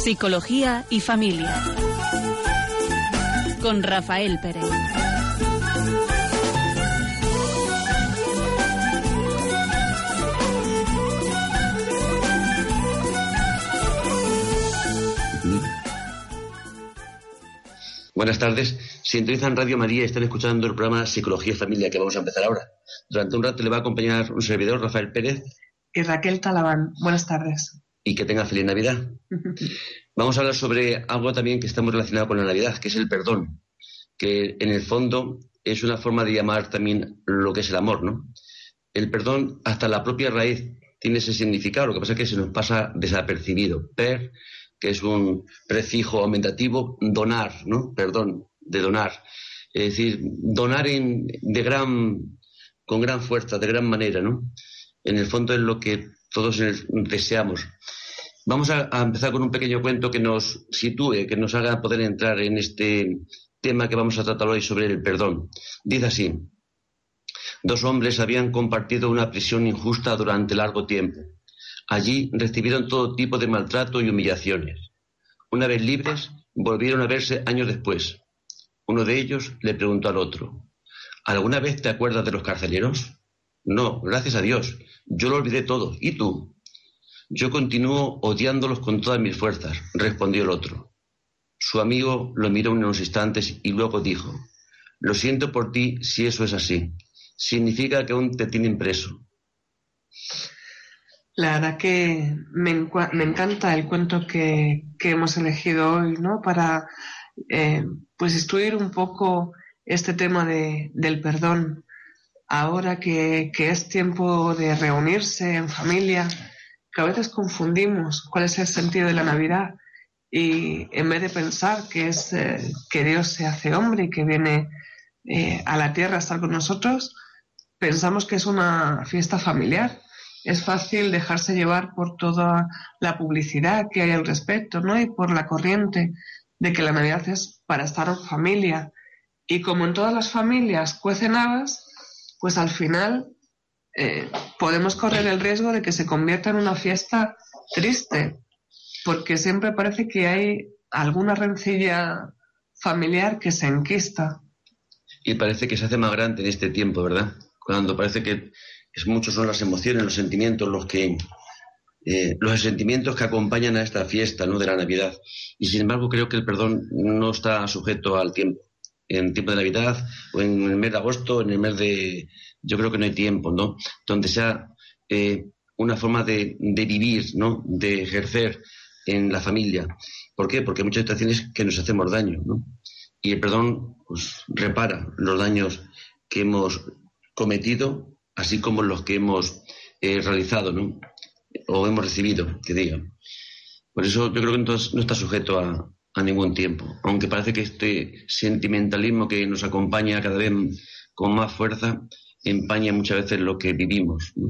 Psicología y familia. Con Rafael Pérez. Buenas tardes. Sintonizan Radio María y están escuchando el programa Psicología y Familia que vamos a empezar ahora. Durante un rato le va a acompañar un servidor, Rafael Pérez. Y Raquel Talabán. Buenas tardes. Y que tenga feliz Navidad. Vamos a hablar sobre algo también que está muy relacionado con la Navidad, que es el perdón, que en el fondo es una forma de llamar también lo que es el amor, ¿no? El perdón, hasta la propia raíz, tiene ese significado, lo que pasa es que se nos pasa desapercibido. Per, que es un prefijo aumentativo, donar, ¿no? Perdón, de donar. Es decir, donar con gran fuerza, de gran manera, ¿no? En el fondo es lo que todos deseamos. Vamos a empezar con un pequeño cuento que nos sitúe, que nos haga poder entrar en este tema que vamos a tratar hoy sobre el perdón. Dice así: 2 hombres habían compartido una prisión injusta durante largo tiempo. Allí recibieron todo tipo de maltrato y humillaciones. Una vez libres, volvieron a verse años después. Uno de ellos le preguntó al otro: ¿alguna vez te acuerdas de los carceleros? No, gracias a Dios. Yo lo olvidé todo. ¿Y tú? Yo continúo odiándolos con todas mis fuerzas, respondió el otro. Su amigo lo miró unos instantes y luego dijo: lo siento por ti si eso es así. Significa que aún te tienen preso. La verdad que me encanta el cuento que hemos elegido hoy, ¿no? Para pues instruir un poco este tema del perdón. Ahora que es tiempo de reunirse en familia, que a veces confundimos cuál es el sentido de la Navidad y en vez de pensar que es que Dios se hace hombre y que viene a la tierra a estar con nosotros, pensamos que es una fiesta familiar. Es fácil dejarse llevar por toda la publicidad que hay al respecto, ¿no? Y por la corriente de que la Navidad es para estar en familia. Y como en todas las familias cuecen habas, pues al final podemos correr el riesgo de que se convierta en una fiesta triste, porque siempre parece que hay alguna rencilla familiar que se enquista. Y parece que se hace más grande en este tiempo, ¿verdad? Cuando parece que muchos son las emociones, los sentimientos, los sentimientos que acompañan a esta fiesta, ¿no?, de la Navidad. Y sin embargo creo que el perdón no está sujeto al tiempo. En tiempo de Navidad o en el mes de agosto, en el mes de... Yo creo que no hay tiempo, ¿no?, donde sea una forma de vivir, ¿no?, de ejercer en la familia. ¿Por qué? Porque hay muchas situaciones que nos hacemos daño, ¿no? Y el perdón pues repara los daños que hemos cometido, así como los que hemos realizado, ¿no?, o hemos recibido, que digan. Por eso yo creo que no está sujeto a ningún tiempo, aunque parece que este sentimentalismo que nos acompaña cada vez con más fuerza empaña muchas veces lo que vivimos, ¿no?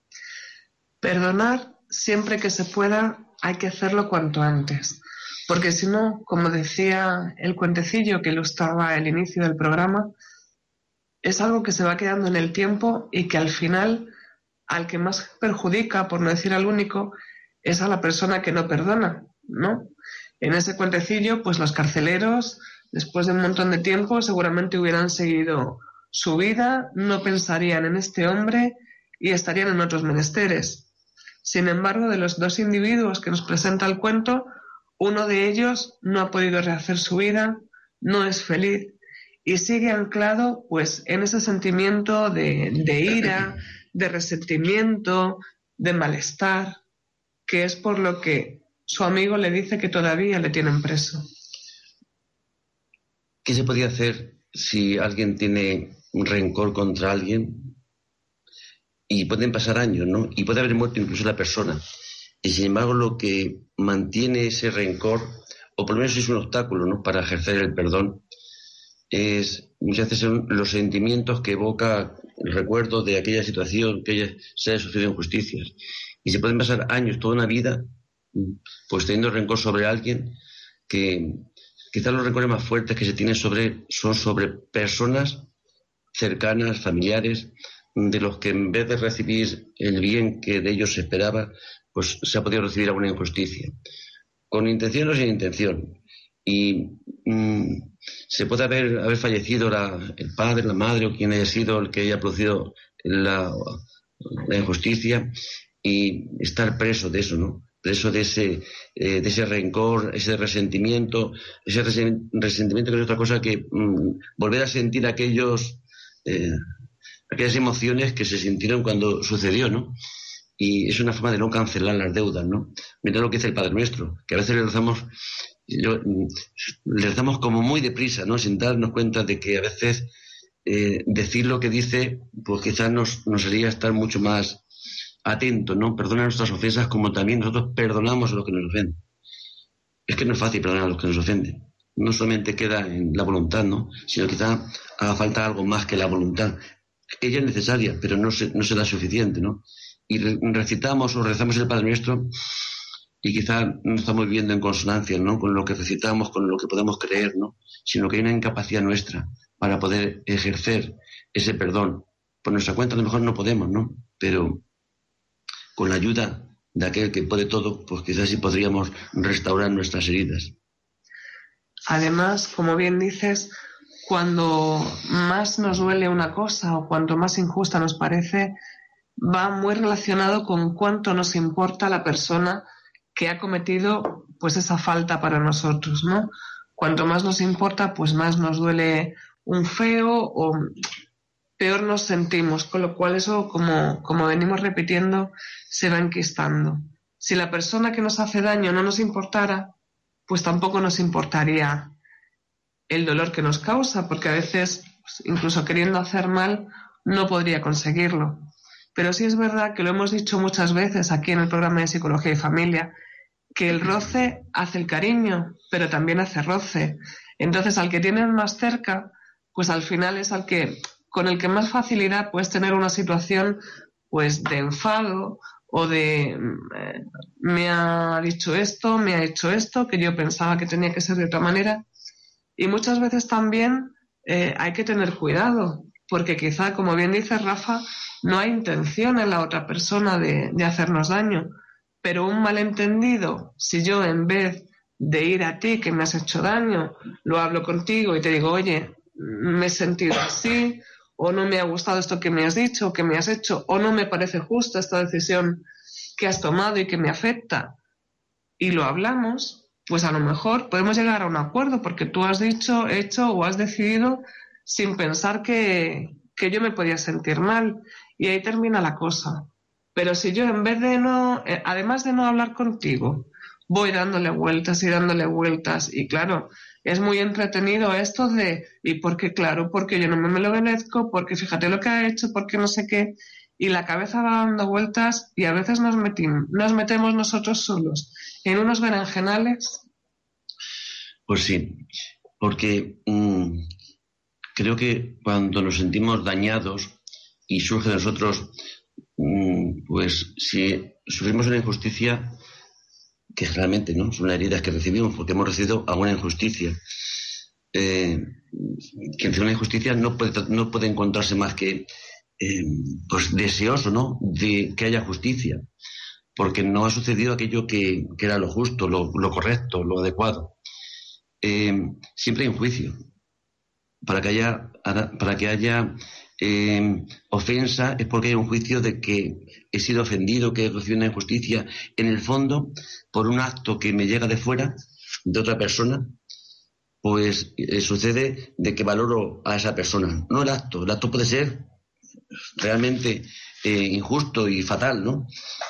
Perdonar siempre que se pueda hay que hacerlo cuanto antes, porque si no, como decía el cuentecillo que ilustraba el inicio del programa, es algo que se va quedando en el tiempo y que al final al que más perjudica, por no decir al único, es a la persona que no perdona, ¿no? En ese cuentecillo, pues los carceleros, después de un montón de tiempo, seguramente hubieran seguido su vida, no pensarían en este hombre y estarían en otros menesteres. Sin embargo, de los 2 individuos que nos presenta el cuento, uno de ellos no ha podido rehacer su vida, no es feliz y sigue anclado pues en ese sentimiento de ira, de resentimiento, de malestar, que es por lo que su amigo le dice que todavía le tienen preso. ¿Qué se podía hacer si alguien tiene un rencor contra alguien? Y pueden pasar años, ¿no? Y puede haber muerto incluso la persona. Y sin embargo lo que mantiene ese rencor, o por lo menos es un obstáculo, ¿no?, para ejercer el perdón, muchas veces son los sentimientos que evoca el recuerdo de aquella situación que se haya sufrido injusticias. Y se pueden pasar años, toda una vida, pues teniendo rencor sobre alguien, que quizás los rencores más fuertes que se tienen son sobre personas cercanas, familiares, de los que en vez de recibir el bien que de ellos se esperaba, pues se ha podido recibir alguna injusticia. con intención o sin intención. Y se puede haber fallecido el padre, la madre o quien haya sido el que haya producido la injusticia y estar preso de eso, ¿no? Preso de ese rencor, ese resentimiento que no es otra cosa que volver a sentir aquellas emociones que se sintieron cuando sucedió, ¿no? Y es una forma de no cancelar las deudas, ¿no? Mira lo que dice el Padre Nuestro, que a veces le rezamos como muy deprisa, ¿no? Sin darnos cuenta de que a veces decir lo que dice, pues quizás nos haría estar mucho más atentos, ¿no? Perdona nuestras ofensas como también nosotros perdonamos a los que nos ofenden. Es que no es fácil perdonar a los que nos ofenden. No solamente queda en la voluntad, ¿no? Sino quizás haga falta algo más que la voluntad. Ella es necesaria, pero no será suficiente, ¿no? Y recitamos o rezamos el Padre Nuestro y quizás no estamos viviendo en consonancia, ¿no? Con lo que recitamos, con lo que podemos creer, ¿no? Sino que hay una incapacidad nuestra para poder ejercer ese perdón. Por nuestra cuenta a lo mejor no podemos, ¿no? Pero con la ayuda de aquel que puede todo, pues quizás sí podríamos restaurar nuestras heridas. Además, como bien dices, cuando más nos duele una cosa o cuanto más injusta nos parece, va muy relacionado con cuánto nos importa la persona que ha cometido pues esa falta para nosotros, ¿no? Cuanto más nos importa, pues más nos duele un feo o peor nos sentimos, con lo cual eso, como venimos repitiendo, se va enquistando. Si la persona que nos hace daño no nos importara, pues tampoco nos importaría el dolor que nos causa, porque a veces, pues, incluso queriendo hacer mal, no podría conseguirlo. Pero sí es verdad que lo hemos dicho muchas veces aquí en el programa de Psicología y Familia, que el roce hace el cariño, pero también hace roce. Entonces, al que tienes más cerca, pues al final es con el que más facilidad puedes tener una situación pues de enfado o de me ha dicho esto, me ha hecho esto, que yo pensaba que tenía que ser de otra manera. Y muchas veces también hay que tener cuidado, porque quizá, como bien dice Rafa, no hay intención en la otra persona de hacernos daño, pero un malentendido, si yo en vez de ir a ti que me has hecho daño, lo hablo contigo y te digo, oye, me he sentido así, o no me ha gustado esto que me has dicho, que me has hecho, o no me parece justa esta decisión que has tomado y que me afecta, y lo hablamos, pues a lo mejor podemos llegar a un acuerdo, porque tú has dicho, hecho o has decidido sin pensar que yo me podía sentir mal, y ahí termina la cosa. Pero si yo en vez de además de no hablar contigo, voy dándole vueltas y claro, es muy entretenido esto y porque claro, porque yo no me lo merezco, porque fíjate lo que ha hecho, porque no sé qué, y la cabeza va dando vueltas y a veces nos metemos nosotros solos en unos berenjenales. Pues sí, porque creo que cuando nos sentimos dañados y surge de nosotros, pues si sufrimos una injusticia, que realmente no son las heridas que recibimos porque hemos recibido alguna injusticia, que encima una injusticia no puede encontrarse más que pues deseoso, ¿no?, de que haya justicia, porque no ha sucedido aquello que era lo justo, lo correcto, lo adecuado. Siempre hay un juicio para que haya ofensa, es porque hay un juicio de que he sido ofendido, que he recibido una injusticia, en el fondo, por un acto que me llega de fuera, de otra persona, pues sucede de que valoro a esa persona, no el acto. El acto puede ser realmente injusto y fatal, ¿no?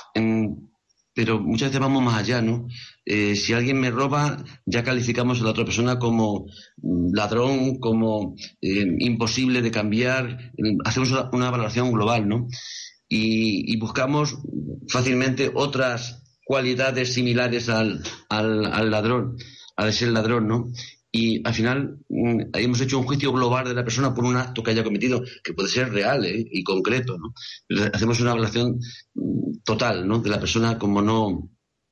Pero muchas veces vamos más allá, ¿no? Si alguien me roba, ya calificamos a la otra persona como ladrón, como imposible de cambiar. Hacemos una valoración global, ¿no? Y buscamos fácilmente otras cualidades similares al ladrón, al ser ladrón, ¿no? Y al final hemos hecho un juicio global de la persona por un acto que haya cometido, que puede ser real y concreto, ¿no? Pero hacemos una evaluación total, ¿no?, de la persona, como no,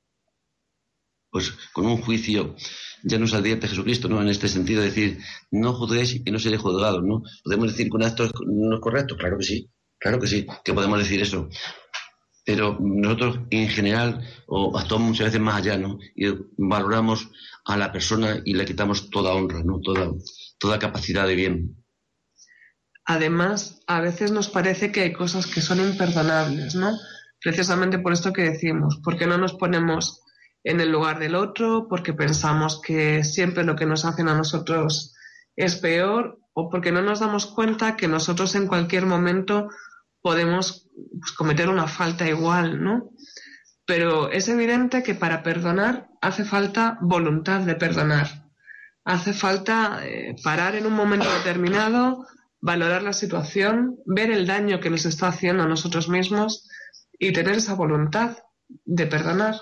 pues con un juicio. Ya nos advierte Jesucristo, ¿no?, en este sentido, de decir, no juzguéis y no seréis juzgados, ¿no? ¿Podemos decir que un acto no es correcto? Claro que sí, que podemos decir eso. pero nosotros en general o actuamos muchas veces más allá, ¿no? Y valoramos a la persona y le quitamos toda honra, ¿no? Toda capacidad de bien. Además, a veces nos parece que hay cosas que son imperdonables, ¿no? Precisamente por esto que decimos, porque no nos ponemos en el lugar del otro, porque pensamos que siempre lo que nos hacen a nosotros es peor, o porque no nos damos cuenta que nosotros en cualquier momento podemos cometer una falta igual, ¿no? Pero es evidente que para perdonar hace falta voluntad de perdonar. Hace falta parar en un momento determinado, valorar la situación, ver el daño que nos está haciendo a nosotros mismos y tener esa voluntad de perdonar.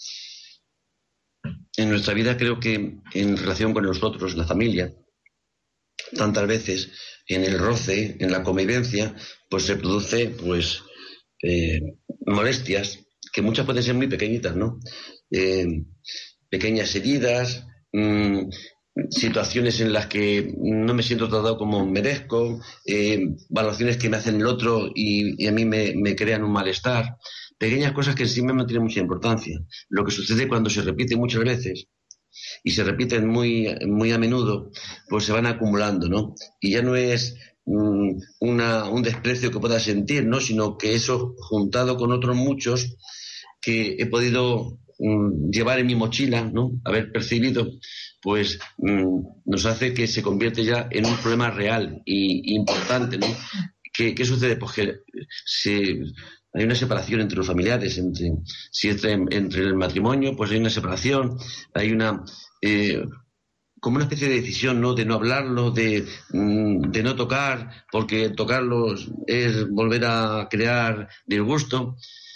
En nuestra vida creo que en relación con nosotros, la familia, tantas veces en el roce, en la convivencia, pues se produce pues molestias que muchas pueden ser muy pequeñitas, ¿no? Pequeñas heridas, situaciones en las que no me siento tratado como merezco, valoraciones que me hacen el otro y a mí me crean un malestar, pequeñas cosas que en sí no tienen mucha importancia. Lo que sucede cuando se repite muchas veces y se repiten muy a menudo, pues se van acumulando, ¿no? Y ya no es un desprecio que pueda sentir, ¿no? Sino que eso, juntado con otros muchos que he podido llevar en mi mochila, ¿no? Haber percibido, pues nos hace que se convierte ya en un problema real e importante, ¿no? ¿Qué sucede? Pues que hay una separación entre los familiares, entre el matrimonio, pues hay una separación, hay una como una especie de decisión, ¿no? De no hablarlo, de no tocar, porque tocarlos es volver a crear disgusto.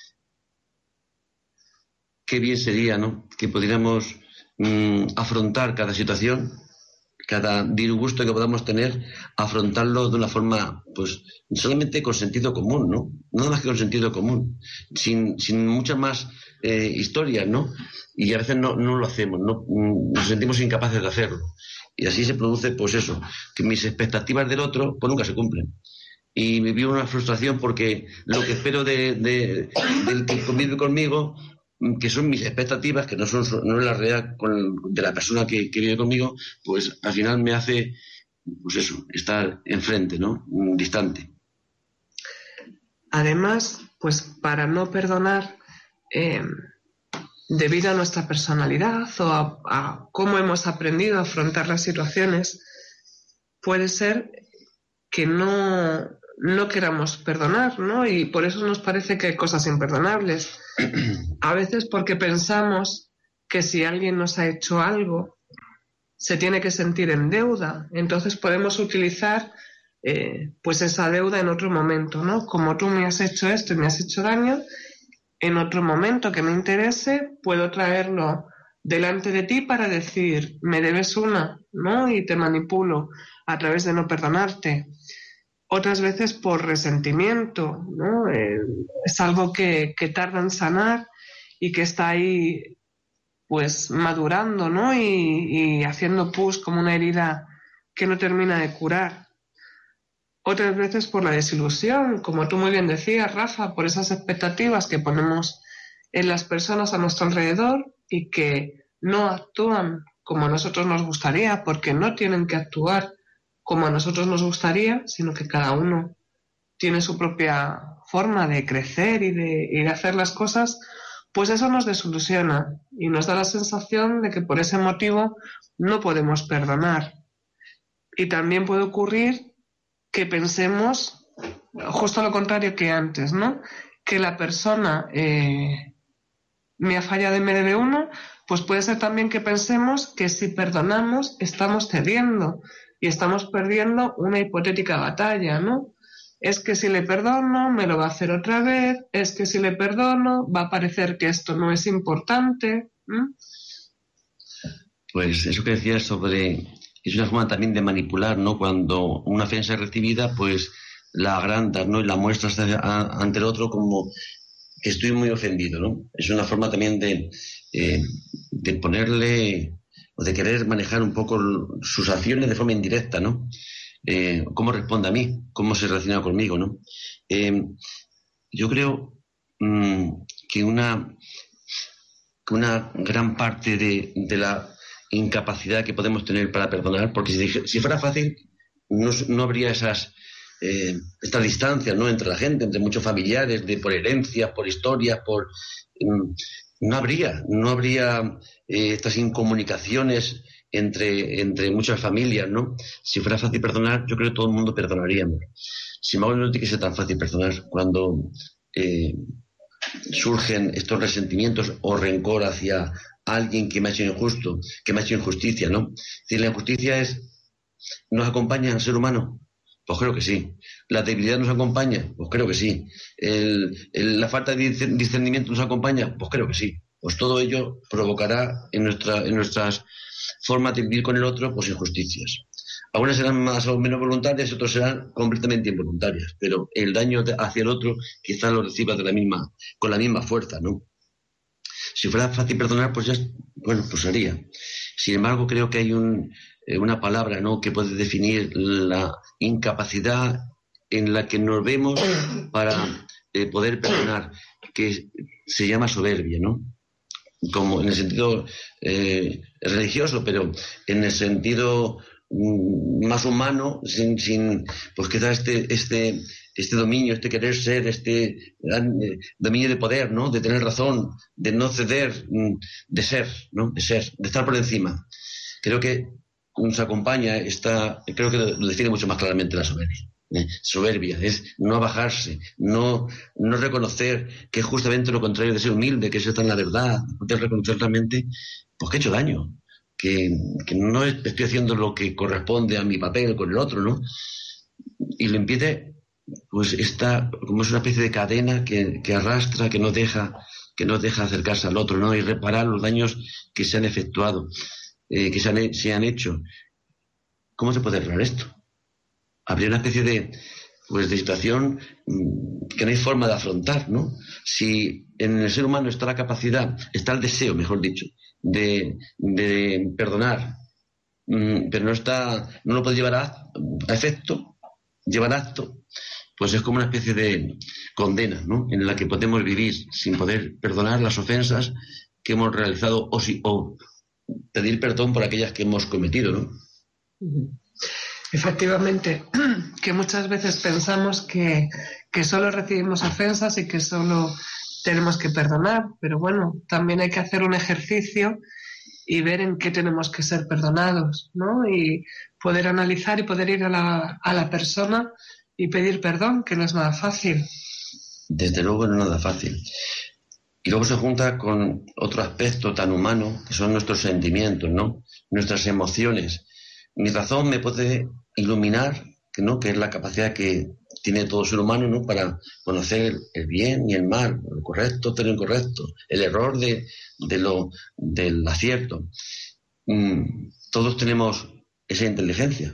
Qué bien sería, ¿no? Que pudiéramos afrontar cada situación, cada disgusto que podamos tener, afrontarlo de una forma, pues, solamente con sentido común, ¿no? Nada más que con sentido común, sin muchas más historias, ¿no? Y a veces no lo hacemos, ¿no? Nos sentimos incapaces de hacerlo. Y así se produce, pues eso, que mis expectativas del otro, pues nunca se cumplen. Y me vivo una frustración porque lo que espero del que convive conmigo, que son mis expectativas, que no es la realidad de la persona que vive conmigo, pues al final me hace, pues eso, estar enfrente, ¿no? Distante. Además, pues para no perdonar, debido a nuestra personalidad o a cómo hemos aprendido a afrontar las situaciones, puede ser que no queramos perdonar, ¿no? Y por eso nos parece que hay cosas imperdonables. A veces porque pensamos que si alguien nos ha hecho algo, se tiene que sentir en deuda. Entonces podemos utilizar pues esa deuda en otro momento, ¿no? Como tú me has hecho esto y me has hecho daño, en otro momento que me interese, puedo traerlo delante de ti para decir, me debes una, ¿no? Y te manipulo a través de no perdonarte. Otras veces por resentimiento, ¿no? Es algo que tarda en sanar y que está ahí pues madurando, ¿no? Y haciendo pus como una herida que no termina de curar. Otras veces por la desilusión, como tú muy bien decías, Rafa, por esas expectativas que ponemos en las personas a nuestro alrededor y que no actúan como a nosotros nos gustaría, porque no tienen que actuar como a nosotros nos gustaría, sino que cada uno tiene su propia forma de crecer y de hacer las cosas, pues eso nos desilusiona y nos da la sensación de que por ese motivo no podemos perdonar. Y también puede ocurrir que pensemos justo lo contrario que antes, ¿no? Que la persona me ha fallado y me debe uno, pues puede ser también que pensemos que si perdonamos estamos cediendo y estamos perdiendo una hipotética batalla, ¿no? Es que si le perdono me lo va a hacer otra vez, es que si le perdono va a parecer que esto no es importante. Pues eso que decías sobre... Es una forma también de manipular, ¿no? Cuando una ofensa es recibida, pues la agrandas, ¿no? Y la muestras ante el otro como que estoy muy ofendido, ¿no? Es una forma también de ponerle o de querer manejar un poco sus acciones de forma indirecta, ¿no? Cómo responde a mí, cómo se relaciona conmigo, ¿no? Yo creo que una gran parte de la incapacidad que podemos tener para perdonar, porque si fuera fácil no habría estas distancias, ¿no?, entre la gente, entre muchos familiares, por herencias, por historias, no habría estas incomunicaciones entre muchas familias, ¿no? Si fuera fácil perdonar, yo creo que todo el mundo perdonaríamos. Sin embargo, no tiene que ser tan fácil perdonar cuando surgen estos resentimientos o rencor hacia alguien que me ha hecho injusto, que me ha hecho injusticia, ¿no? Es decir, la injusticia ¿nos acompaña al ser humano? Pues creo que sí. ¿La debilidad nos acompaña? Pues creo que sí. ¿La falta de discernimiento nos acompaña? Pues creo que sí. Pues todo ello provocará en nuestras formas de vivir con el otro, pues injusticias. Algunas serán más o menos voluntarias y otras serán completamente involuntarias, pero el daño hacia el otro quizás lo reciba con la misma fuerza, ¿no? Si fuera fácil perdonar, pues pues haría. Sin embargo, creo que hay una palabra, ¿no?, que puede definir la incapacidad en la que nos vemos para poder perdonar, que se llama soberbia, ¿no? Como en el sentido religioso, pero en el sentido más humano, pues quizás este dominio, este querer ser, dominio de poder, ¿no?, de tener razón, de no ceder, de ser, ¿no?, de estar por encima. Creo que nos acompaña creo que lo define mucho más claramente la soberbia. Soberbia es no bajarse, no reconocer que es justamente lo contrario de ser humilde, que es estar en la verdad, de reconocer realmente pues que he hecho daño, que no estoy haciendo lo que corresponde a mi papel con el otro, ¿no? Y lo impide, pues como es una especie de cadena que arrastra, que no deja acercarse al otro, ¿no?, y reparar los daños que se han efectuado, que se han hecho. ¿Cómo se puede arreglar esto? Habría una especie de situación que no hay forma de afrontar, ¿no? Si en el ser humano está la capacidad, está el deseo, mejor dicho, de perdonar, pero no lo puede llevar a efecto, llevar a acto, pues es como una especie de condena, ¿no?, en la que podemos vivir sin poder perdonar las ofensas que hemos realizado o pedir perdón por aquellas que hemos cometido, ¿no? Efectivamente, que muchas veces pensamos que solo recibimos ofensas y que solo tenemos que perdonar, pero bueno, también hay que hacer un ejercicio y ver en qué tenemos que ser perdonados, ¿no? Y poder analizar y poder ir a la persona y pedir perdón, que no es nada fácil. Desde luego no es nada fácil. Y luego se junta con otro aspecto tan humano, que son nuestros sentimientos, ¿no?, nuestras emociones. Mi razón me puede iluminar, ¿no?, que es la capacidad que tiene todo ser humano, ¿no?, para conocer el bien y el mal, lo correcto de lo incorrecto, el error del acierto. Todos tenemos esa inteligencia.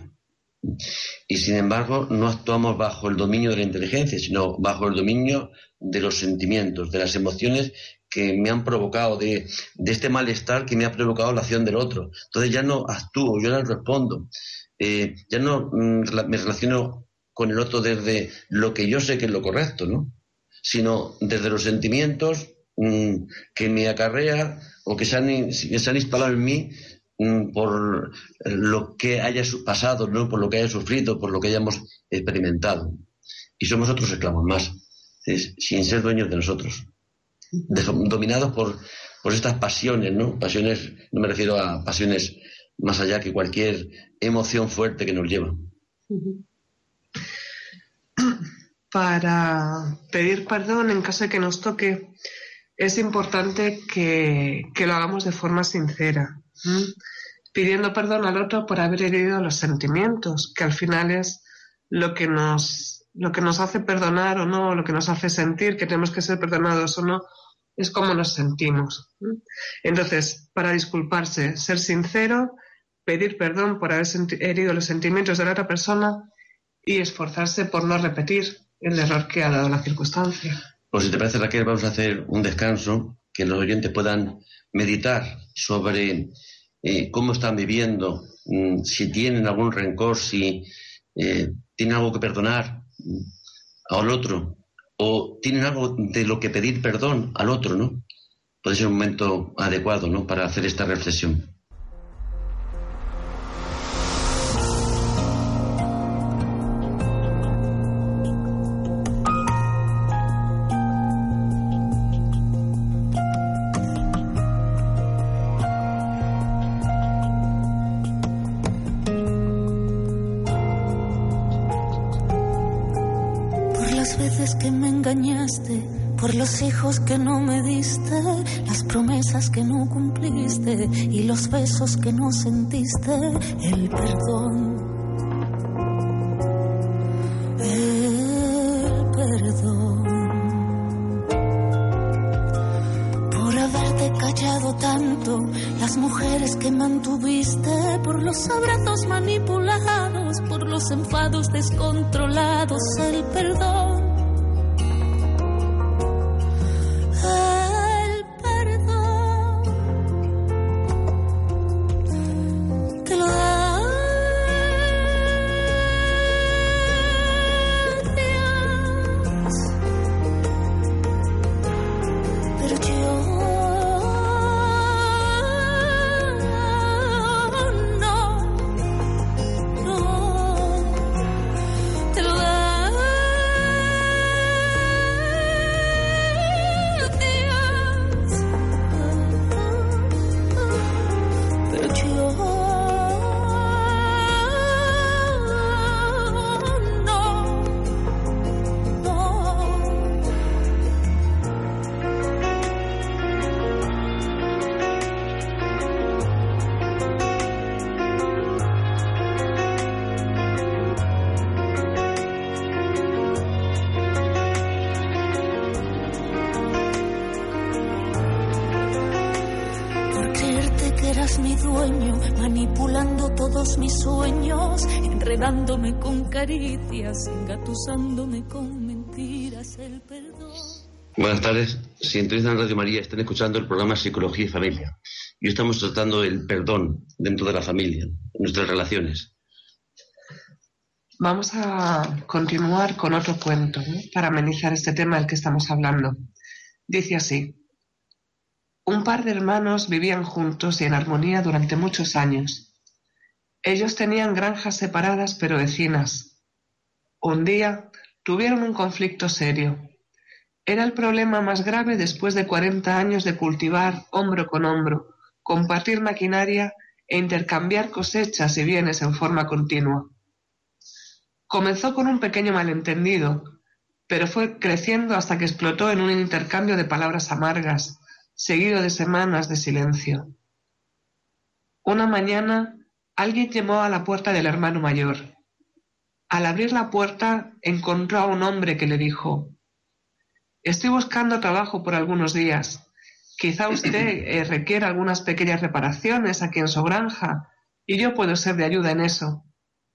Y sin embargo no actuamos bajo el dominio de la inteligencia, sino bajo el dominio de los sentimientos, de las emociones que me han provocado, de este malestar que me ha provocado la acción del otro. Entonces ya no actúo, yo no respondo, ya no me relaciono con el otro desde lo que yo sé que es lo correcto, ¿no?, sino desde los sentimientos que me acarrea o que se han instalado en mí por lo que haya pasado, ¿no?, por lo que haya sufrido, por lo que hayamos experimentado. Y somos otros esclavos más, sin ser dueños de nosotros, dominados por estas pasiones, ¿no? Pasiones, no me refiero a pasiones más allá que cualquier emoción fuerte que nos lleva. Para pedir perdón en caso de que nos toque, es importante que lo hagamos de forma sincera, pidiendo perdón al otro por haber herido los sentimientos, que al final es lo que nos hace perdonar o no, lo que nos hace sentir que tenemos que ser perdonados o no, es cómo nos sentimos. Entonces, para disculparse, ser sincero, pedir perdón por haber herido los sentimientos de la otra persona y esforzarse por no repetir el error que ha dado la circunstancia. Pues si te parece, Raquel, vamos a hacer un descanso, que los oyentes puedan meditar sobre cómo están viviendo, si tienen algún rencor, si tienen algo que perdonar al otro, o tienen algo de lo que pedir perdón al otro, ¿no? Puede ser un momento adecuado, ¿no?, para hacer esta reflexión. Por los hijos que no me diste, las promesas que no cumpliste y los besos que no sentiste, el perdón. El perdón. Por haberte callado tanto, las mujeres que mantuviste, por los abrazos manipulados, por los enfados descontrolados, el perdón. Mis sueños, enredándome con caricias, engatusándome con mentiras, el perdón. Buenas tardes, sintonizan Radio María, están escuchando el programa Psicología y Familia. Y hoy estamos tratando el perdón dentro de la familia, en nuestras relaciones. Vamos a continuar con otro cuento, ¿no?, para amenizar este tema del que estamos hablando. Dice así: un par de hermanos vivían juntos y en armonía durante muchos años. Ellos tenían granjas separadas pero vecinas. Un día tuvieron un conflicto serio. Era el problema más grave después de 40 años de cultivar hombro con hombro, compartir maquinaria e intercambiar cosechas y bienes en forma continua. Comenzó con un pequeño malentendido, pero fue creciendo hasta que explotó en un intercambio de palabras amargas, seguido de semanas de silencio. Una mañana, alguien llamó a la puerta del hermano mayor. Al abrir la puerta, encontró a un hombre que le dijo: «Estoy buscando trabajo por algunos días. Quizá usted requiera algunas pequeñas reparaciones aquí en su granja, y yo puedo ser de ayuda en eso».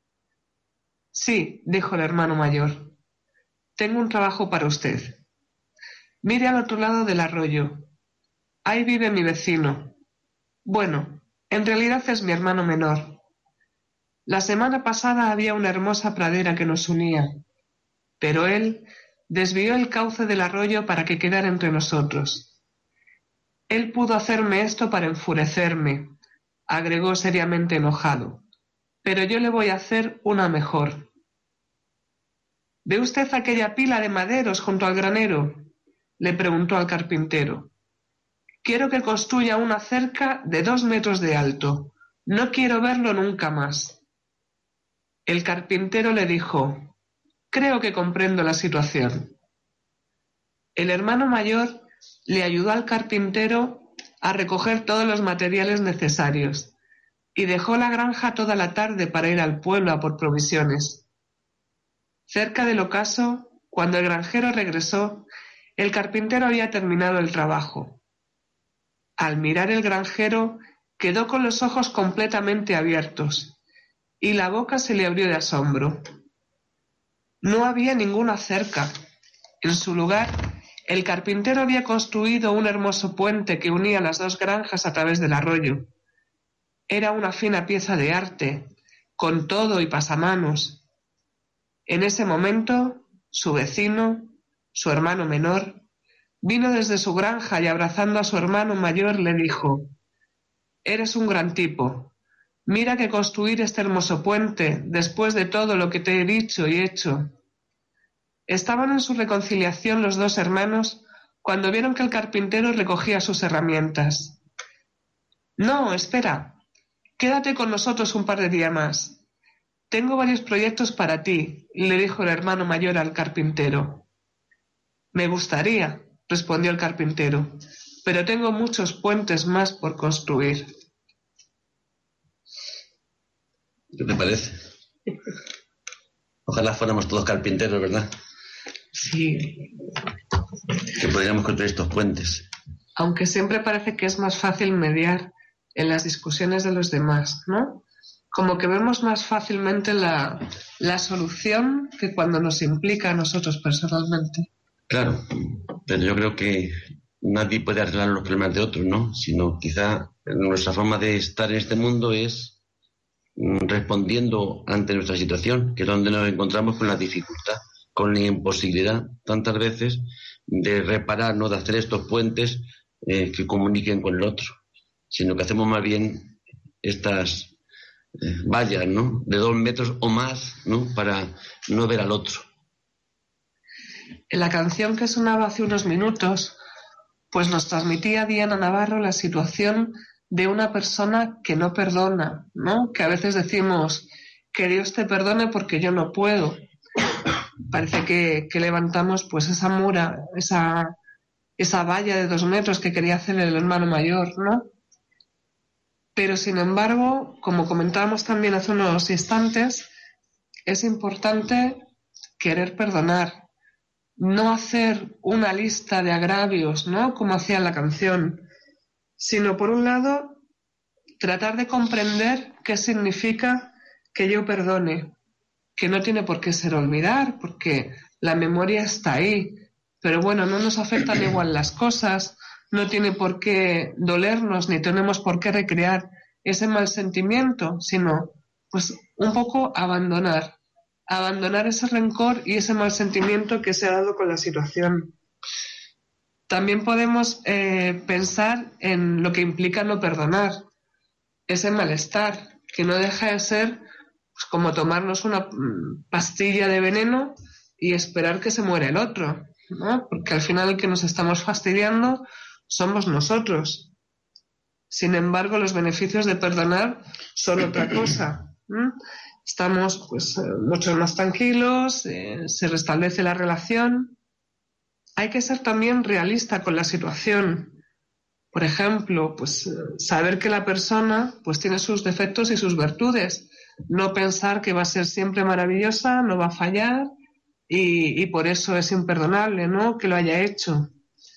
«Sí», dijo el hermano mayor. «Tengo un trabajo para usted. Mire al otro lado del arroyo. Ahí vive mi vecino. Bueno, en realidad es mi hermano menor. La semana pasada había una hermosa pradera que nos unía, pero él desvió el cauce del arroyo para que quedara entre nosotros. Él pudo hacerme esto para enfurecerme», agregó seriamente enojado, «pero yo le voy a hacer una mejor». «¿Ve usted aquella pila de maderos junto al granero?», le preguntó al carpintero. «Quiero que construya una cerca de 2 metros de alto. No quiero verlo nunca más». El carpintero le dijo: «Creo que comprendo la situación». El hermano mayor le ayudó al carpintero a recoger todos los materiales necesarios y dejó la granja toda la tarde para ir al pueblo a por provisiones. Cerca del ocaso, cuando el granjero regresó, el carpintero había terminado el trabajo. Al mirar el granjero, quedó con los ojos completamente abiertos y la boca se le abrió de asombro. No había ninguna cerca. En su lugar, el carpintero había construido un hermoso puente que unía las 2 granjas a través del arroyo. Era una fina pieza de arte, con todo y pasamanos. En ese momento, su vecino, su hermano menor, vino desde su granja y abrazando a su hermano mayor le dijo: «Eres un gran tipo. Mira que construir este hermoso puente, después de todo lo que te he dicho y hecho». Estaban en su reconciliación los dos hermanos cuando vieron que el carpintero recogía sus herramientas. «No, espera. Quédate con nosotros un par de días más. Tengo varios proyectos para ti», le dijo el hermano mayor al carpintero. «Me gustaría», respondió el carpintero, «pero tengo muchos puentes más por construir». ¿Qué te parece? Ojalá fuéramos todos carpinteros, ¿verdad? Sí. Que podríamos construir estos puentes. Aunque siempre parece que es más fácil mediar en las discusiones de los demás, ¿no? Como que vemos más fácilmente la solución que cuando nos implica a nosotros personalmente. Claro, pero yo creo que nadie puede arreglar los problemas de otros, ¿no? Sino quizá nuestra forma de estar en este mundo es respondiendo ante nuestra situación, que es donde nos encontramos con la dificultad, con la imposibilidad tantas veces de reparar, ¿no? De hacer estos puentes que comuniquen con el otro, sino que hacemos más bien estas vallas, ¿no? De 2 metros o más, ¿no? Para no ver al otro. En la canción que sonaba hace unos minutos, pues nos transmitía Diana Navarro la situación de una persona que no perdona, ¿no? Que a veces decimos que Dios te perdone porque yo no puedo. Parece que levantamos pues esa mura, esa valla de 2 metros que quería hacer el hermano mayor, ¿no? Pero sin embargo, como comentábamos también hace unos instantes, es importante querer perdonar, no hacer una lista de agravios, ¿no? Como hacía la canción, sino por un lado tratar de comprender qué significa que yo perdone, que no tiene por qué ser olvidar, porque la memoria está ahí, pero bueno, no nos afectan igual las cosas, no tiene por qué dolernos, ni tenemos por qué recrear ese mal sentimiento, sino pues un poco abandonar ese rencor y ese mal sentimiento que se ha dado con la situación. También podemos pensar en lo que implica no perdonar, ese malestar, que no deja de ser pues, como tomarnos una pastilla de veneno y esperar que se muera el otro, ¿no? Porque al final el que nos estamos fastidiando somos nosotros. Sin embargo, los beneficios de perdonar son otra cosa. Estamos pues mucho más tranquilos, se restablece la relación. Hay que ser también realista con la situación. Por ejemplo, pues saber que la persona pues tiene sus defectos y sus virtudes. No pensar que va a ser siempre maravillosa, no va a fallar y por eso es imperdonable, ¿no? Que lo haya hecho.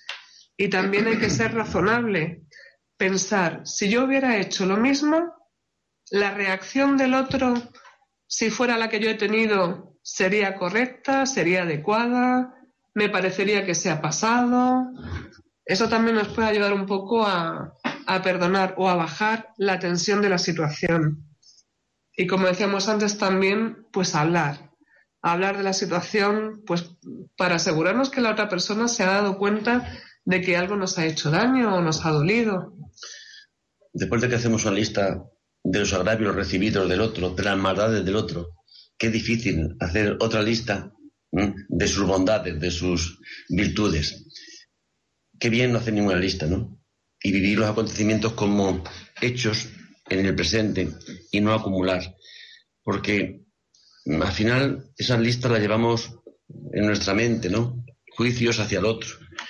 Y también hay que ser razonable. Pensar, si yo hubiera hecho lo mismo, la reacción del otro, si fuera la que yo he tenido, sería correcta, sería adecuada, me parecería que se ha pasado. Eso también nos puede ayudar un poco a perdonar o a bajar la tensión de la situación. Y como decíamos antes también, pues hablar de la situación, pues para asegurarnos que la otra persona se ha dado cuenta de que algo nos ha hecho daño o nos ha dolido. Después de que hacemos una lista de los agravios recibidos del otro, de las maldades del otro, qué difícil hacer otra lista de sus bondades, de sus virtudes. Qué bien no hacer ninguna lista, ¿no? Y vivir los acontecimientos como hechos en el presente y no acumular. Porque al final esas listas las llevamos en nuestra mente, ¿no? Juicios hacia el otro.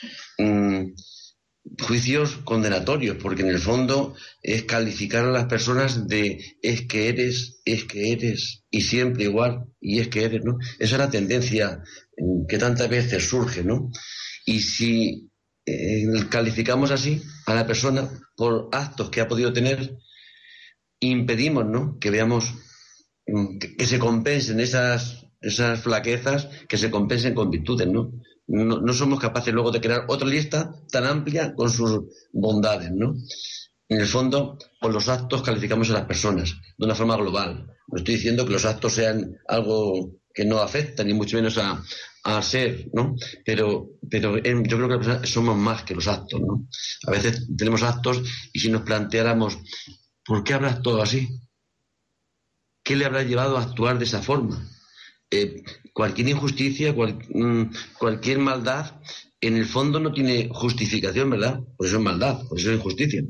Juicios condenatorios, porque en el fondo es calificar a las personas de es que eres, y siempre igual, y es que eres, ¿no? Esa es la tendencia que tantas veces surge, ¿no? Y si calificamos así a la persona por actos que ha podido tener, impedimos, ¿no? Que veamos que se compensen esas flaquezas, que se compensen con virtudes, ¿no? No somos capaces luego de crear otra lista tan amplia con sus bondades, ¿no? En el fondo, por los actos calificamos a las personas de una forma global. No estoy diciendo que los actos sean algo que no afecta, ni mucho menos a a ser, ¿no? Pero yo creo que somos más que los actos, ¿no? A veces tenemos actos y si nos planteáramos, ¿por qué habrá actuado así? ¿Qué le habrá llevado a actuar de esa forma? Cualquier injusticia, cualquier maldad, en el fondo no tiene justificación, ¿verdad? Por eso es maldad, por eso es injusticia.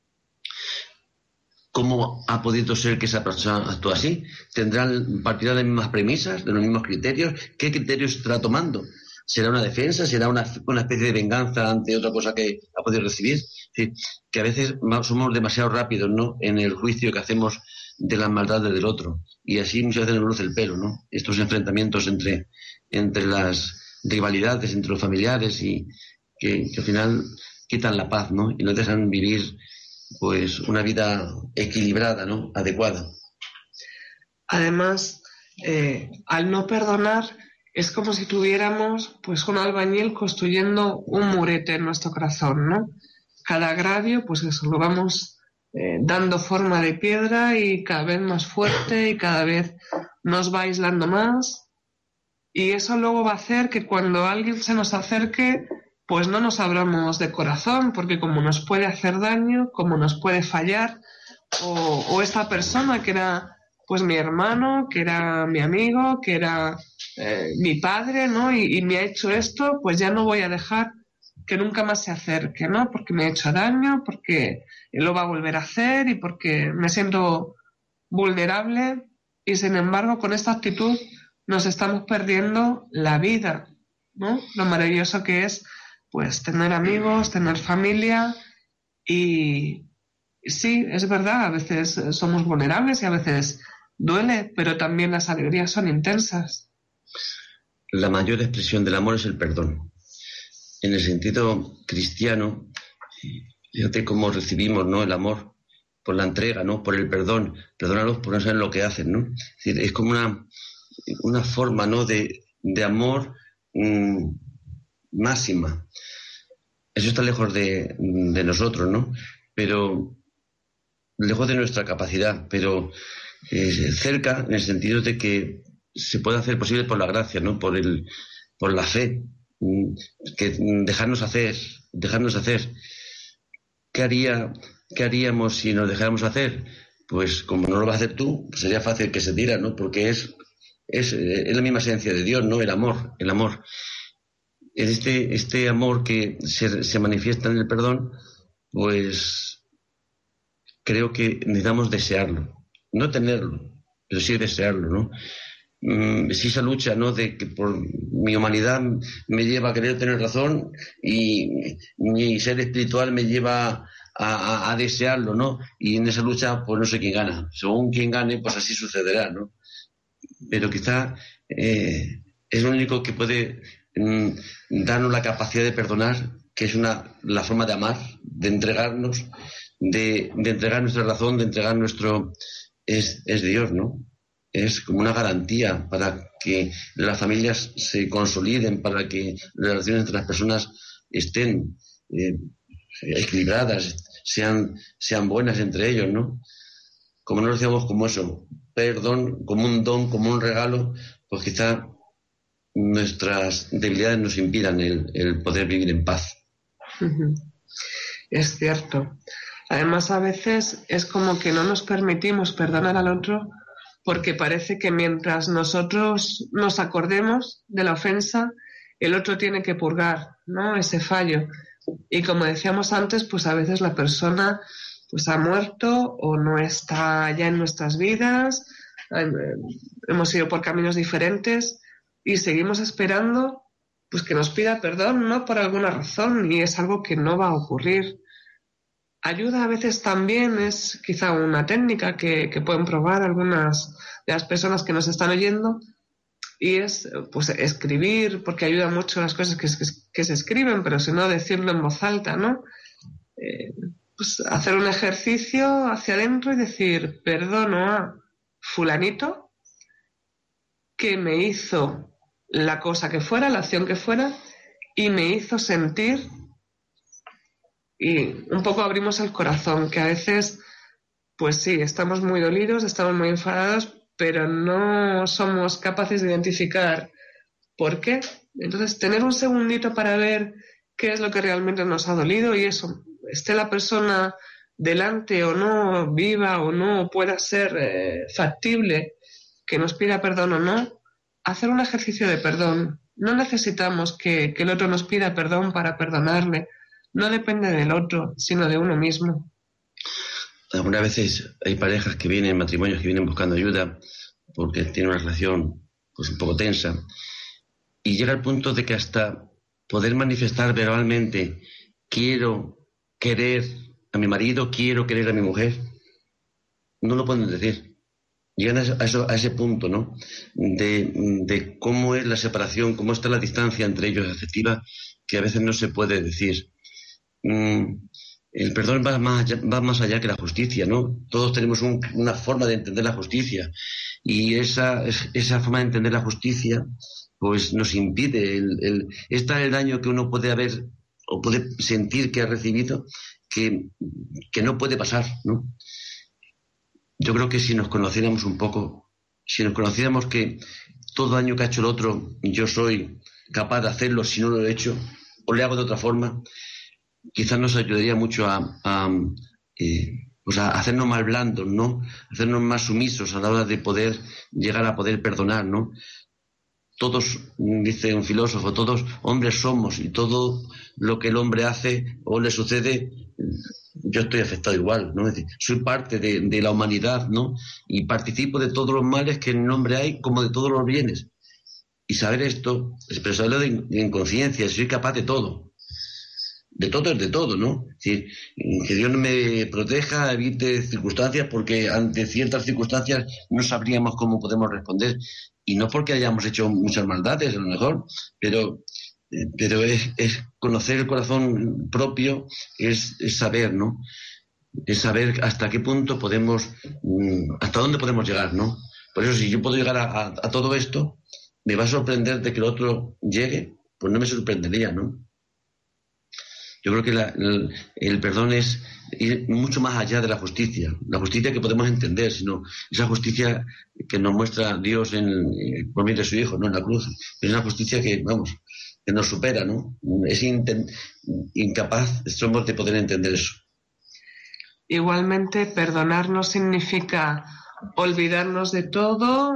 ¿Cómo ha podido ser que esa persona actúe así? ¿Partirá de las mismas premisas, de los mismos criterios? ¿Qué criterios estará tomando? ¿Será una defensa? ¿Será una especie de venganza ante otra cosa que ha podido recibir? Es decir, que a veces somos demasiado rápidos, ¿no?, en el juicio que hacemos de las maldades del otro. Y así muchas veces nos luce el pelo, ¿no? Estos enfrentamientos entre las rivalidades entre los familiares y que al final quitan la paz, ¿no? Y nos dejan vivir pues una vida equilibrada, ¿no?, adecuada. Además, al no perdonar es como si tuviéramos pues un albañil construyendo un murete en nuestro corazón, ¿no? Cada agravio, pues eso, lo vamos dando forma de piedra y cada vez más fuerte y cada vez nos va aislando más, y eso luego va a hacer que cuando alguien se nos acerque pues no nos abramos de corazón, porque como nos puede hacer daño, como nos puede fallar, o esta persona que era pues mi hermano, que era mi amigo, que era mi padre, ¿no? Y me ha hecho esto, pues ya no voy a dejar que nunca más se acerque, ¿no? Porque me ha hecho daño, porque lo va a volver a hacer y porque me siento vulnerable, y sin embargo con esta actitud nos estamos perdiendo la vida, ¿no? Lo maravilloso que es pues tener amigos, tener familia. Y sí, es verdad, a veces somos vulnerables y a veces duele, pero también las alegrías son intensas. La mayor expresión del amor es el perdón. En el sentido cristiano, fíjate cómo recibimos, ¿no?, el amor por la entrega, ¿no?, por el perdón. Perdónalos por no saber lo que hacen, ¿no? Es decir, es como una forma, ¿no?, de amor máxima. Eso está lejos de nosotros, ¿no? Pero lejos de nuestra capacidad, pero cerca en el sentido de que se puede hacer posible por la gracia, ¿no?, por la fe, que dejarnos hacer. ¿Qué haríamos si nos dejáramos hacer? Pues como no lo vas a hacer tú, pues sería fácil que se tira, ¿no? Porque es la misma esencia de Dios, ¿no? El amor. Es este amor que se manifiesta en el perdón, pues creo que necesitamos desearlo, no tenerlo, pero sí desearlo, ¿no? Si esa lucha, ¿no?, de que por mi humanidad me lleva a querer tener razón y mi ser espiritual me lleva a desearlo, ¿no? Y en esa lucha, pues no sé quién gana. Según quien gane, pues así sucederá, ¿no? Pero quizá es lo único que puede darnos la capacidad de perdonar, que es la forma de amar, de entregarnos, de entregar nuestra razón, de entregar nuestro... es Dios, ¿no? Es como una garantía para que las familias se consoliden, para que las relaciones entre las personas estén equilibradas, sean buenas entre ellos, ¿no? Como no lo decíamos como eso, perdón, como un don, como un regalo, pues quizá nuestras debilidades nos impidan el poder vivir en paz. Es cierto. Además, a veces es como que no nos permitimos perdonar al otro porque parece que mientras nosotros nos acordemos de la ofensa, el otro tiene que purgar, ¿no?, ese fallo. Y como decíamos antes, pues a veces la persona pues ha muerto o no está ya en nuestras vidas, hemos ido por caminos diferentes y seguimos esperando pues que nos pida perdón, ¿no?, por alguna razón, y es algo que no va a ocurrir. Ayuda a veces también, es quizá una técnica que pueden probar algunas de las personas que nos están oyendo, y es pues escribir, porque ayuda mucho las cosas que se escriben, pero si no, decirlo en voz alta, ¿no? Pues hacer un ejercicio hacia adentro y decir: perdono a fulanito que me hizo la cosa que fuera, la acción que fuera, y me hizo sentir. Y un poco abrimos el corazón, que a veces, pues sí, estamos muy dolidos, estamos muy enfadados, pero no somos capaces de identificar ¿por qué? Entonces, tener un segundito para ver qué es lo que realmente nos ha dolido y eso, esté la persona delante o no, viva o no, pueda ser factible, que nos pida perdón o no, hacer un ejercicio de perdón. No necesitamos que el otro nos pida perdón para perdonarle. No depende del otro, sino de uno mismo. Algunas veces hay parejas que vienen, matrimonios que vienen buscando ayuda porque tienen una relación pues un poco tensa y llega al punto de que hasta poder manifestar verbalmente quiero querer a mi marido, quiero querer a mi mujer, no lo pueden decir. Llegan a ese punto, ¿no? De cómo es la separación, cómo está la distancia entre ellos afectiva, que a veces no se puede decir. El perdón va más allá que la justicia, ¿no? Todos tenemos una forma de entender la justicia y esa forma de entender la justicia pues nos impide es tal el daño que uno puede haber o puede sentir que ha recibido que no puede pasar, ¿no? Yo creo que si nos conociéramos un poco, si nos conociéramos que todo daño que ha hecho el otro yo soy capaz de hacerlo si no lo he hecho o le hago de otra forma, quizás nos ayudaría mucho a hacernos más blandos, ¿no? Hacernos más sumisos a la hora de poder llegar a poder perdonar, ¿no? Todos, dice un filósofo, todos hombres somos y todo lo que el hombre hace o le sucede, yo estoy afectado igual, ¿no? Es decir, soy parte de la humanidad, ¿no? Y participo de todos los males que en el hombre hay como de todos los bienes. Y saber esto, expresarlo en conciencia, soy capaz de todo. De todo es de todo, ¿no? Es decir, que Dios me proteja, evite circunstancias, porque ante ciertas circunstancias no sabríamos cómo podemos responder. Y no porque hayamos hecho muchas maldades, a lo mejor, pero es conocer el corazón propio, es saber, ¿no? Es saber hasta qué punto podemos, hasta dónde podemos llegar, ¿no? Por eso, si yo puedo llegar a todo esto, me va a sorprender de que el otro llegue, pues no me sorprendería, ¿no? Yo creo que el perdón es ir mucho más allá de la justicia que podemos entender, sino esa justicia que nos muestra Dios por medio de su Hijo, ¿no? En la cruz. Es una justicia que nos supera, ¿no? Es incapaz somos de poder entender eso. Igualmente, perdonar no significa olvidarnos de todo,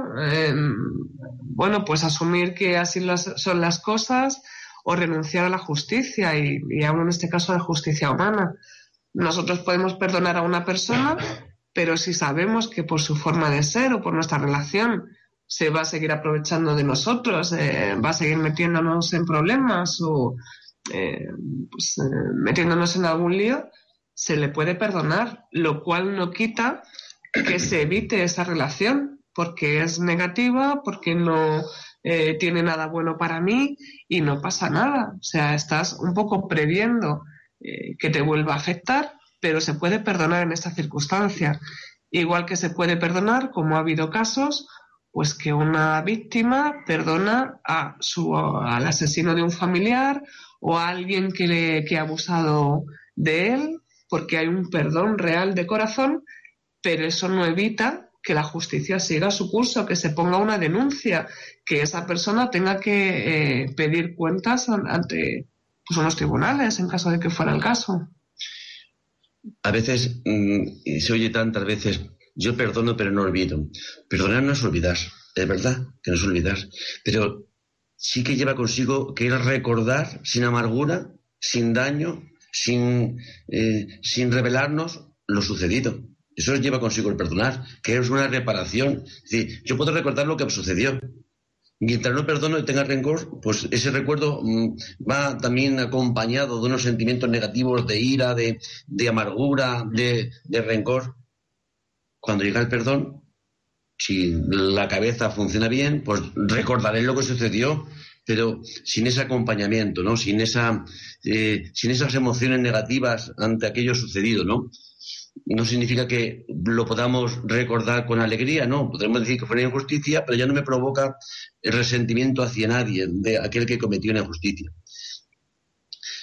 pues asumir que así son las cosas, o renunciar a la justicia, y hablo en este caso de justicia humana. Nosotros podemos perdonar a una persona, pero si sabemos que por su forma de ser o por nuestra relación se va a seguir aprovechando de nosotros, va a seguir metiéndonos en problemas o metiéndonos en algún lío, se le puede perdonar, lo cual no quita que se evite esa relación, porque es negativa, porque no tiene nada bueno para mí y no pasa nada. O sea, estás un poco previendo que te vuelva a afectar, pero se puede perdonar en esta circunstancia. Igual que se puede perdonar, como ha habido casos, pues que una víctima perdona al asesino de un familiar o a alguien que ha abusado de él, porque hay un perdón real de corazón, pero eso no evita que la justicia siga su curso, que se ponga una denuncia, que esa persona tenga que pedir cuentas ante unos tribunales, en caso de que fuera el caso. A veces se oye tantas veces, yo perdono pero no olvido. Perdonar no es olvidar, es verdad que no es olvidar, pero sí que lleva consigo que ir a recordar sin amargura, sin daño, sin revelarnos lo sucedido. Eso lleva consigo el perdonar, que es una reparación. Es decir, yo puedo recordar lo que sucedió. Mientras no perdono y tenga rencor, pues ese recuerdo va también acompañado de unos sentimientos negativos, de ira, de amargura, de rencor. Cuando llega el perdón, si la cabeza funciona bien, pues recordaré lo que sucedió, pero sin ese acompañamiento, ¿no? Sin esas emociones negativas ante aquello sucedido, ¿no? No significa que lo podamos recordar con alegría, no. Podremos decir que fue una injusticia, pero ya no me provoca el resentimiento hacia nadie de aquel que cometió una injusticia.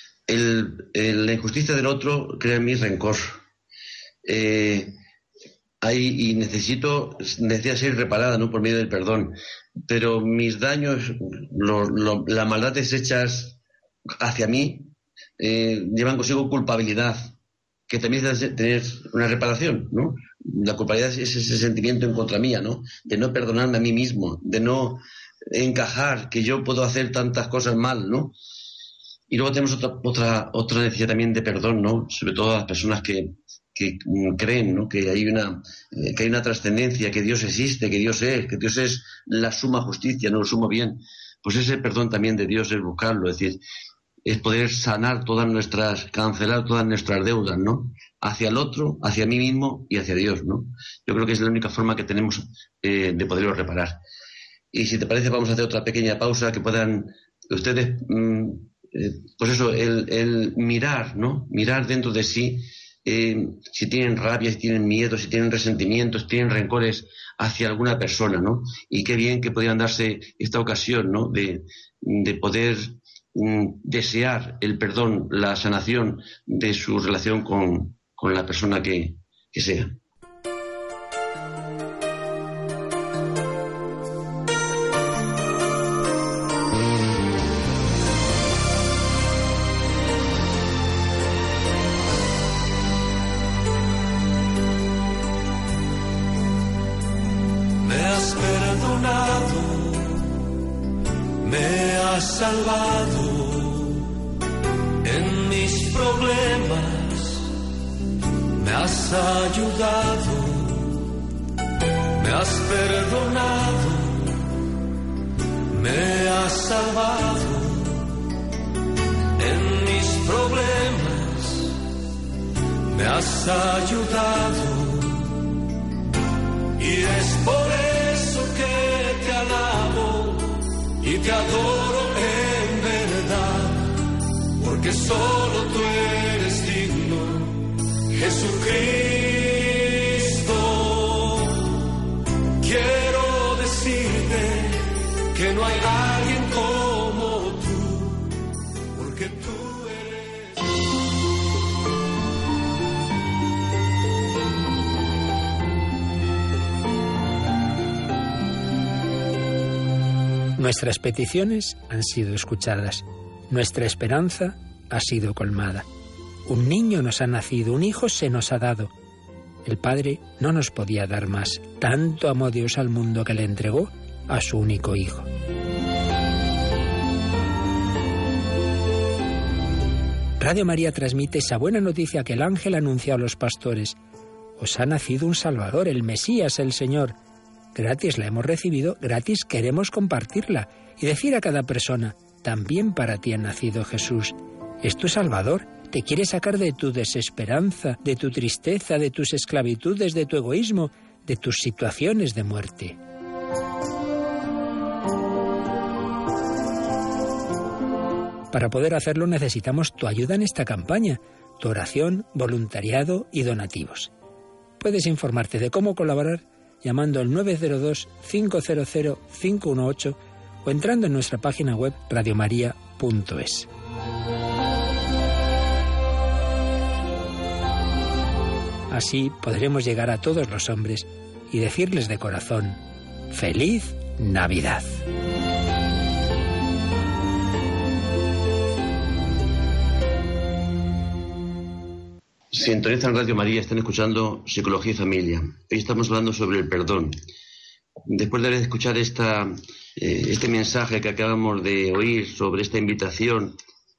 La injusticia del otro crea en mí rencor. y necesita ser reparada, ¿no?, por medio del perdón. Pero mis daños, las maldades hechas hacia mí, llevan consigo culpabilidad, que también es tener una reparación, ¿no? La culpabilidad es ese sentimiento en contra mía, ¿no?, de no perdonarme a mí mismo, de no encajar que yo puedo hacer tantas cosas mal, ¿no? Y luego tenemos otra necesidad también de perdón, ¿no?, sobre todo a las personas que creen, ¿no?, que hay una trascendencia, que Dios existe, que Dios es la suma justicia, no el sumo bien. Pues ese perdón también de Dios es buscarlo, es decir, es poder cancelar todas nuestras deudas, ¿no?, hacia el otro, hacia mí mismo y hacia Dios, ¿no? Yo creo que es la única forma que tenemos de poderlo reparar. Y si te parece, vamos a hacer otra pequeña pausa, que puedan ustedes, pues eso, el mirar, ¿no?, mirar dentro de sí, si tienen rabia, si tienen miedo, si tienen resentimientos, si tienen rencores hacia alguna persona, ¿no? Y qué bien que podrían darse esta ocasión, ¿no?, de poder desear el perdón, la sanación de su relación con la persona que sea. Salvado en mis problemas, me has ayudado, me has perdonado, me has salvado en mis problemas, me has ayudado, y es por eso que te alabo y te adoro en verdad, porque solo tú eres digno, Jesucristo. Quiero decirte que no hay alguien como tú, porque tú eres. Nuestras peticiones han sido escuchadas, nuestra esperanza ha sido colmada. Un niño nos ha nacido, un hijo se nos ha dado. El Padre no nos podía dar más. Tanto amó Dios al mundo que le entregó a su único Hijo. Radio María transmite esa buena noticia que el ángel anunció a los pastores. Os ha nacido un Salvador, el Mesías, el Señor. Gratis la hemos recibido, gratis queremos compartirla y decir a cada persona, también para ti ha nacido Jesús. Es tu Salvador, te quiere sacar de tu desesperanza, de tu tristeza, de tus esclavitudes, de tu egoísmo, de tus situaciones de muerte. Para poder hacerlo necesitamos tu ayuda en esta campaña, tu oración, voluntariado y donativos. Puedes informarte de cómo colaborar llamando al 902-500-518 o entrando en nuestra página web radiomaria.es. Así podremos llegar a todos los hombres y decirles de corazón, ¡Feliz Navidad! Sintonizan Radio María, están escuchando Psicología y Familia. Hoy estamos hablando sobre el perdón. Después de escuchar este mensaje que acabamos de oír sobre esta invitación,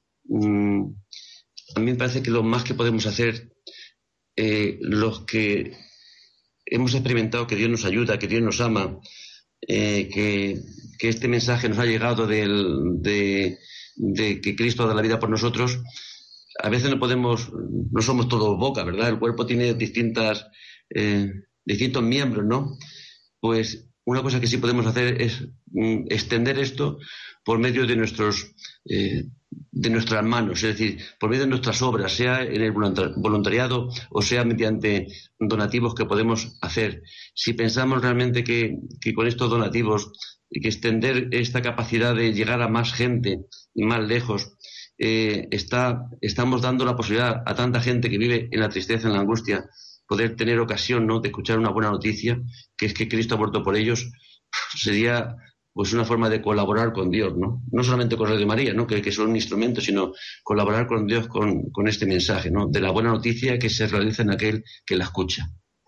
a mí me parece que lo más que podemos hacer, los que hemos experimentado que Dios nos ayuda, que Dios nos ama, que este mensaje nos ha llegado de que Cristo da la vida por nosotros. A veces no somos todos boca, ¿verdad? El cuerpo tiene distintos miembros, ¿no? Pues una cosa que sí podemos hacer es extender esto por medio de nuestras manos, es decir, por medio de nuestras obras, sea en el voluntariado o sea mediante donativos que podemos hacer. Si pensamos realmente que con estos donativos, que extender esta capacidad de llegar a más gente y más lejos, estamos dando la posibilidad a tanta gente que vive en la tristeza, en la angustia, poder tener ocasión, ¿no?, de escuchar una buena noticia, que es que Cristo ha muerto por ellos, sería pues una forma de colaborar con Dios, ¿no? No solamente con Radio María, ¿no?, que son un instrumento, sino colaborar con Dios con este mensaje, ¿no?, de la buena noticia que se realiza en aquel que la escucha.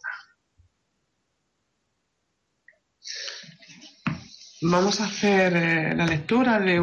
Vamos a hacer la lectura de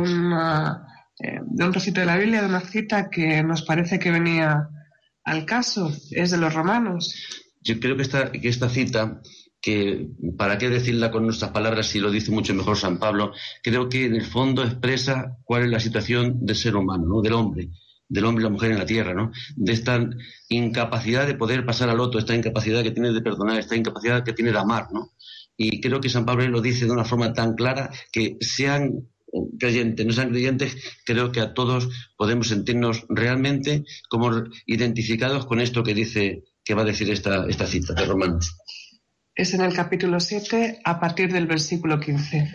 un trocito de la Biblia, de una cita que nos parece que venía al caso, es de los Romanos. Yo creo que esta cita, que para qué decirla con nuestras palabras si lo dice mucho mejor San Pablo, creo que en el fondo expresa cuál es la situación del ser humano, ¿no?, del hombre y la mujer en la tierra, ¿no?, de esta incapacidad de poder pasar al otro, esta incapacidad que tiene de perdonar, esta incapacidad que tiene de amar, ¿no? Y creo que San Pablo lo dice de una forma tan clara que sean creyentes, no sean creyentes, creo que a todos podemos sentirnos realmente como identificados con esto que dice, que va a decir esta cita de Romanos. Es en el capítulo 7, a partir del versículo 15.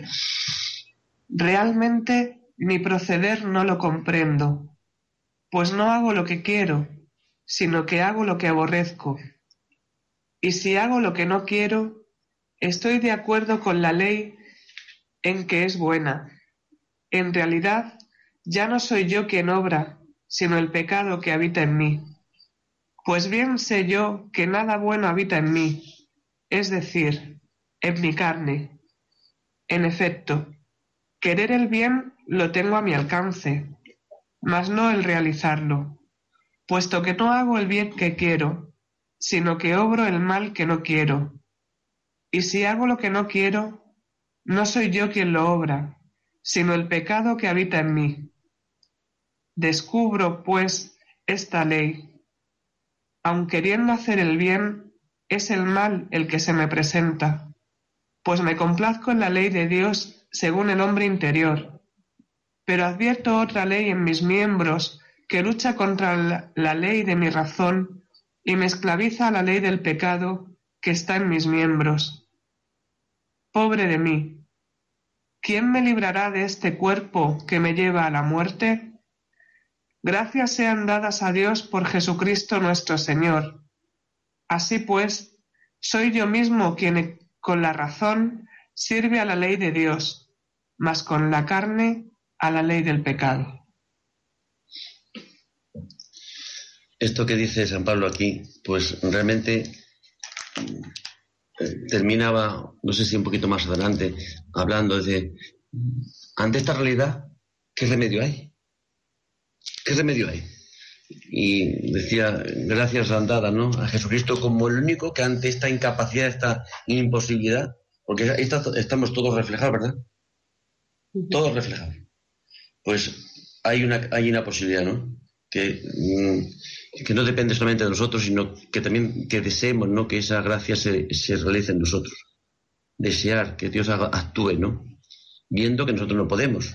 Realmente mi proceder no lo comprendo, pues no hago lo que quiero, sino que hago lo que aborrezco. Y si hago lo que no quiero, estoy de acuerdo con la ley en que es buena. En realidad, ya no soy yo quien obra, sino el pecado que habita en mí. Pues bien sé yo que nada bueno habita en mí, es decir, en mi carne. En efecto, querer el bien lo tengo a mi alcance, mas no el realizarlo, puesto que no hago el bien que quiero, sino que obro el mal que no quiero. Y si hago lo que no quiero, no soy yo quien lo obra, sino el pecado que habita en mí. Descubro, pues, esta ley. Aun queriendo hacer el bien, es el mal el que se me presenta, pues me complazco en la ley de Dios según el hombre interior, pero advierto otra ley en mis miembros que lucha contra la ley de mi razón y me esclaviza a la ley del pecado que está en mis miembros. Pobre de mí, ¿quién me librará de este cuerpo que me lleva a la muerte? Gracias sean dadas a Dios por Jesucristo nuestro Señor. Así pues, soy yo mismo quien con la razón sirve a la ley de Dios, mas con la carne a la ley del pecado. Esto que dice San Pablo aquí, pues realmente terminaba, no sé si un poquito más adelante, hablando de, ante esta realidad, ¿qué remedio hay? ¿Qué remedio hay? Y decía, gracias sean dadas, ¿no?, a Jesucristo como el único que ante esta incapacidad, esta imposibilidad, porque estamos todos reflejados, ¿verdad? Todos reflejados. Pues hay una posibilidad, ¿no?, que no depende solamente de nosotros, sino que también que deseemos, ¿no?, que esa gracia se realice en nosotros. Desear que Dios actúe, ¿no?, viendo que nosotros no podemos.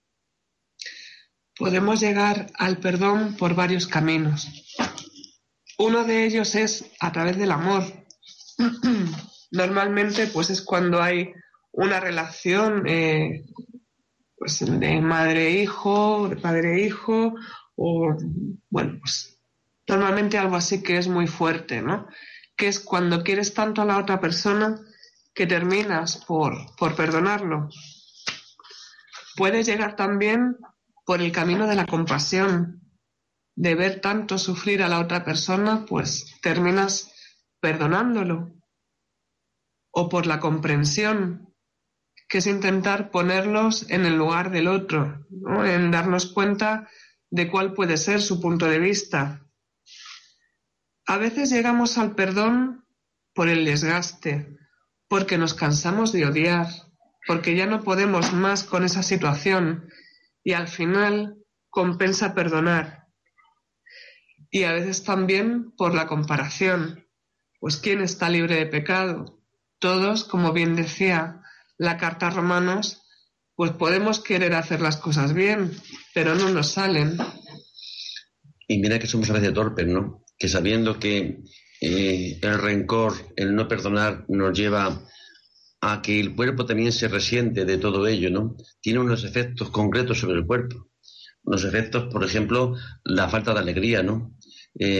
Podemos llegar al perdón por varios caminos. Uno de ellos es a través del amor. Normalmente, pues es cuando hay una relación pues de madre-hijo, de padre-hijo, o bueno, pues normalmente algo así que es muy fuerte, ¿no? Que es cuando quieres tanto a la otra persona que terminas por perdonarlo. Puedes llegar también por el camino de la compasión, de ver tanto sufrir a la otra persona, pues terminas perdonándolo. O por la comprensión, que es intentar ponerlos en el lugar del otro, ¿no?, en darnos cuenta de cuál puede ser su punto de vista. A veces llegamos al perdón por el desgaste, porque nos cansamos de odiar, porque ya no podemos más con esa situación y al final compensa perdonar. Y a veces también por la comparación, pues ¿quién está libre de pecado? Todos, como bien decía la carta a Romanos, pues podemos querer hacer las cosas bien, pero no nos salen. Y mira que somos a veces torpes, ¿no? Que sabiendo que el rencor, el no perdonar, nos lleva a que el cuerpo también se resiente de todo ello, ¿no? Tiene unos efectos concretos sobre el cuerpo. Unos efectos, por ejemplo, la falta de alegría, ¿no?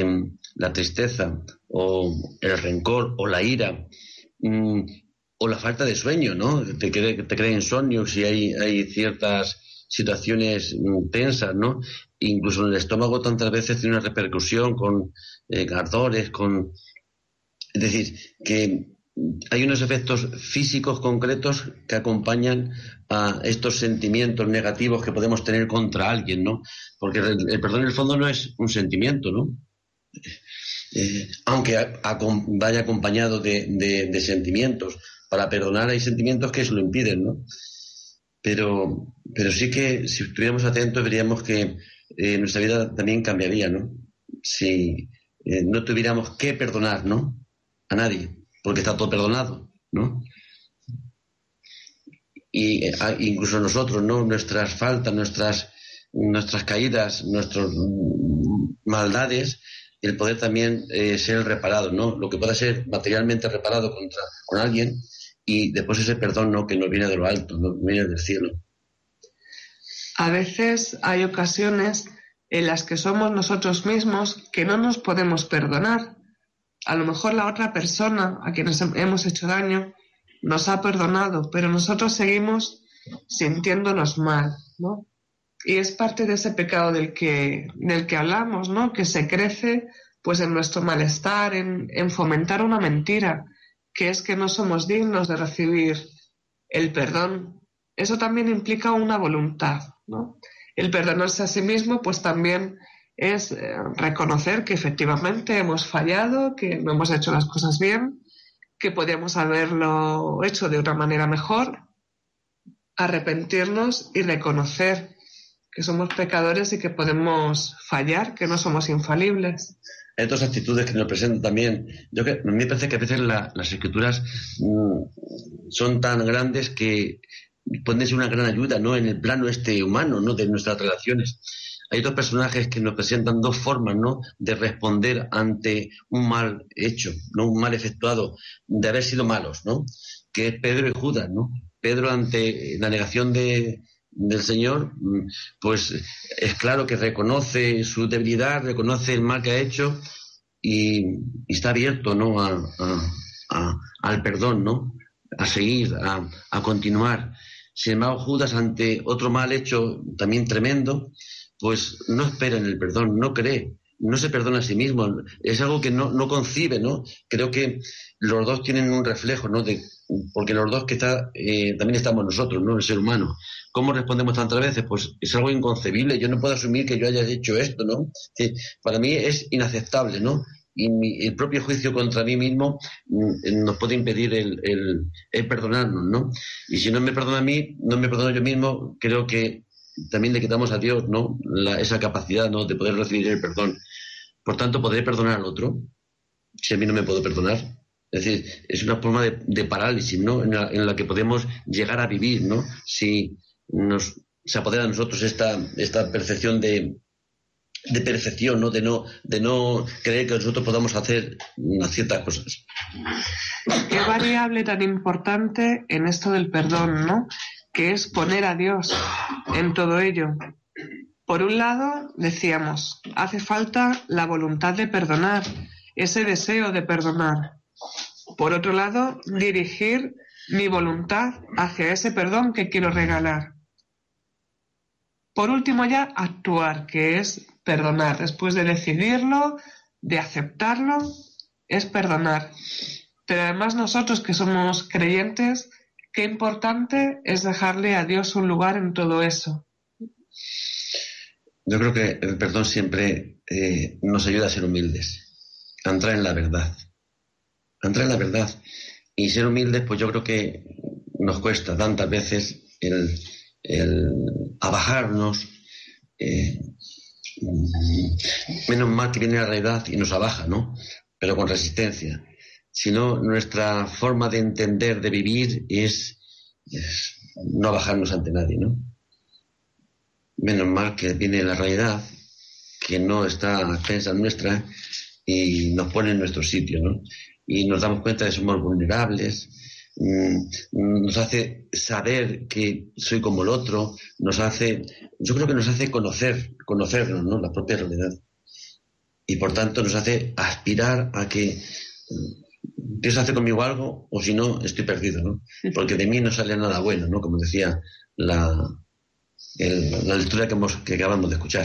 la tristeza o el rencor o la ira, o la falta de sueño, ¿no? Te crea insomnio si hay ciertas situaciones tensas, ¿no? Incluso en el estómago tantas veces tiene una repercusión con ardores, es decir, que hay unos efectos físicos concretos que acompañan a estos sentimientos negativos que podemos tener contra alguien, ¿no? Porque el perdón en el fondo no es un sentimiento, ¿no? Aunque vaya acompañado de sentimientos. Para perdonar hay sentimientos que eso lo impiden, ¿no? Pero sí que si estuviéramos atentos veríamos que nuestra vida también cambiaría, ¿no? Si no tuviéramos que perdonar, ¿no? A nadie, porque está todo perdonado, ¿no? Y incluso nosotros, ¿no? Nuestras faltas, nuestras caídas, nuestras maldades, el poder también ser reparado, ¿no? Lo que pueda ser materialmente reparado con alguien, y después ese perdón, ¿no? Que nos viene de lo alto, no viene del cielo. A veces hay ocasiones en las que somos nosotros mismos que no nos podemos perdonar. A lo mejor la otra persona a quien nos hemos hecho daño nos ha perdonado, pero nosotros seguimos sintiéndonos mal, ¿no? Y es parte de ese pecado del que hablamos, ¿no? Que se crece pues en nuestro malestar, en fomentar una mentira, que es que no somos dignos de recibir el perdón. Eso también implica una voluntad, ¿no? El perdonarse a sí mismo pues también es reconocer que efectivamente hemos fallado, que no hemos hecho las cosas bien, que podíamos haberlo hecho de una manera mejor, arrepentirnos y reconocer que somos pecadores y que podemos fallar, que no somos infalibles. Hay otras actitudes que nos presentan también. A mí me parece que a veces las escrituras son tan grandes que pueden ser una gran ayuda, ¿no? En el plano humano, ¿no? De nuestras relaciones. Hay dos personajes que nos presentan dos formas, ¿no? De responder ante un mal hecho, ¿no? Un mal efectuado, de haber sido malos, ¿no? Que es Pedro y Judas, ¿no? Pedro, ante la negación del Señor, pues es claro que reconoce su debilidad, reconoce el mal que ha hecho y está abierto, ¿no? al perdón, ¿no? A seguir, a continuar. Sin embargo, Judas, ante otro mal hecho también tremendo, pues no espera en el perdón, no cree, no se perdona a sí mismo, es algo que no concibe, ¿no? Creo que los dos tienen un reflejo, ¿no? Porque los dos también estamos nosotros, ¿no? El ser humano. ¿Cómo respondemos tantas veces? Pues es algo inconcebible. Yo no puedo asumir que yo haya hecho esto, ¿no? Sí, para mí es inaceptable, ¿no? Y el propio juicio contra mí mismo nos puede impedir el perdonarnos, ¿no? Y si no me perdono a mí, no me perdono yo mismo, creo que también le quitamos a Dios, ¿no? Esa capacidad, ¿no? De poder recibir el perdón. Por tanto, podré perdonar al otro si a mí no me puedo perdonar. Es decir, es una forma de parálisis, ¿no? En la que podemos llegar a vivir, ¿no? Si se apodera de nosotros esta percepción de perfección, ¿no? De no creer que nosotros podamos hacer ciertas cosas. Qué variable tan importante en esto del perdón, ¿no? Que es poner a Dios en todo ello. Por un lado, decíamos, hace falta la voluntad de perdonar, ese deseo de perdonar. Por otro lado, dirigir mi voluntad hacia ese perdón que quiero regalar. Por último ya, actuar, que es perdonar. Después de decidirlo, de aceptarlo, es perdonar. Pero además nosotros que somos creyentes, qué importante es dejarle a Dios un lugar en todo eso. Yo creo que el perdón siempre nos ayuda a ser humildes, a entrar en la verdad. A entrar en la verdad. Y ser humildes, pues yo creo que nos cuesta tantas veces el abajarnos. Menos mal que viene la realidad y nos abaja, ¿no? Pero con resistencia. Si no, nuestra forma de entender, de vivir, es no bajarnos ante nadie, ¿no? Menos mal que viene la realidad, que no está a expensas nuestra y nos pone en nuestro sitio, ¿no? Y nos damos cuenta de que somos vulnerables, nos hace saber que soy como el otro, yo creo que nos hace conocernos, ¿no? La propia realidad. y por tanto nos hace aspirar a que Dios hace conmigo algo, o si no, estoy perdido, ¿no? Porque de mí no sale nada bueno, ¿no? Como decía la lectura que acabamos de escuchar.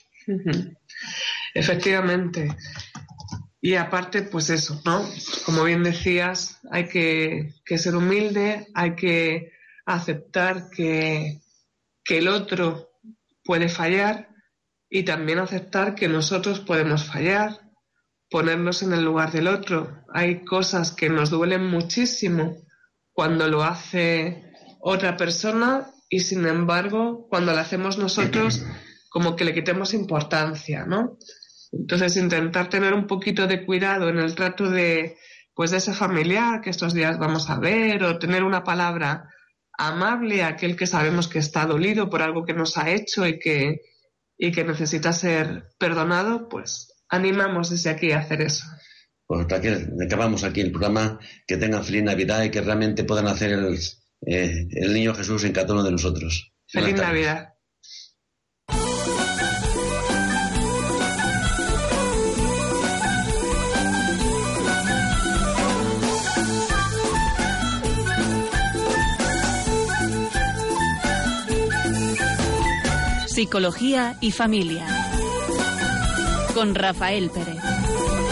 Efectivamente. Y aparte, pues eso, ¿no? Como bien decías, hay que ser humilde, hay que aceptar que el otro puede fallar y también aceptar que nosotros podemos fallar, ponernos en el lugar del otro. Hay cosas que nos duelen muchísimo cuando lo hace otra persona y, sin embargo, cuando lo hacemos nosotros, como que le quitemos importancia, ¿no? Entonces, intentar tener un poquito de cuidado en el trato de ese familiar que estos días vamos a ver, o tener una palabra amable a aquel que sabemos que está dolido por algo que nos ha hecho y que necesita ser perdonado, pues animamos desde aquí a hacer eso. Pues Raquel, acabamos aquí el programa. Que tengan feliz Navidad y que realmente puedan hacer el niño Jesús en cada uno de nosotros. Feliz Navidad. Psicología y familia. Con Rafael Pérez.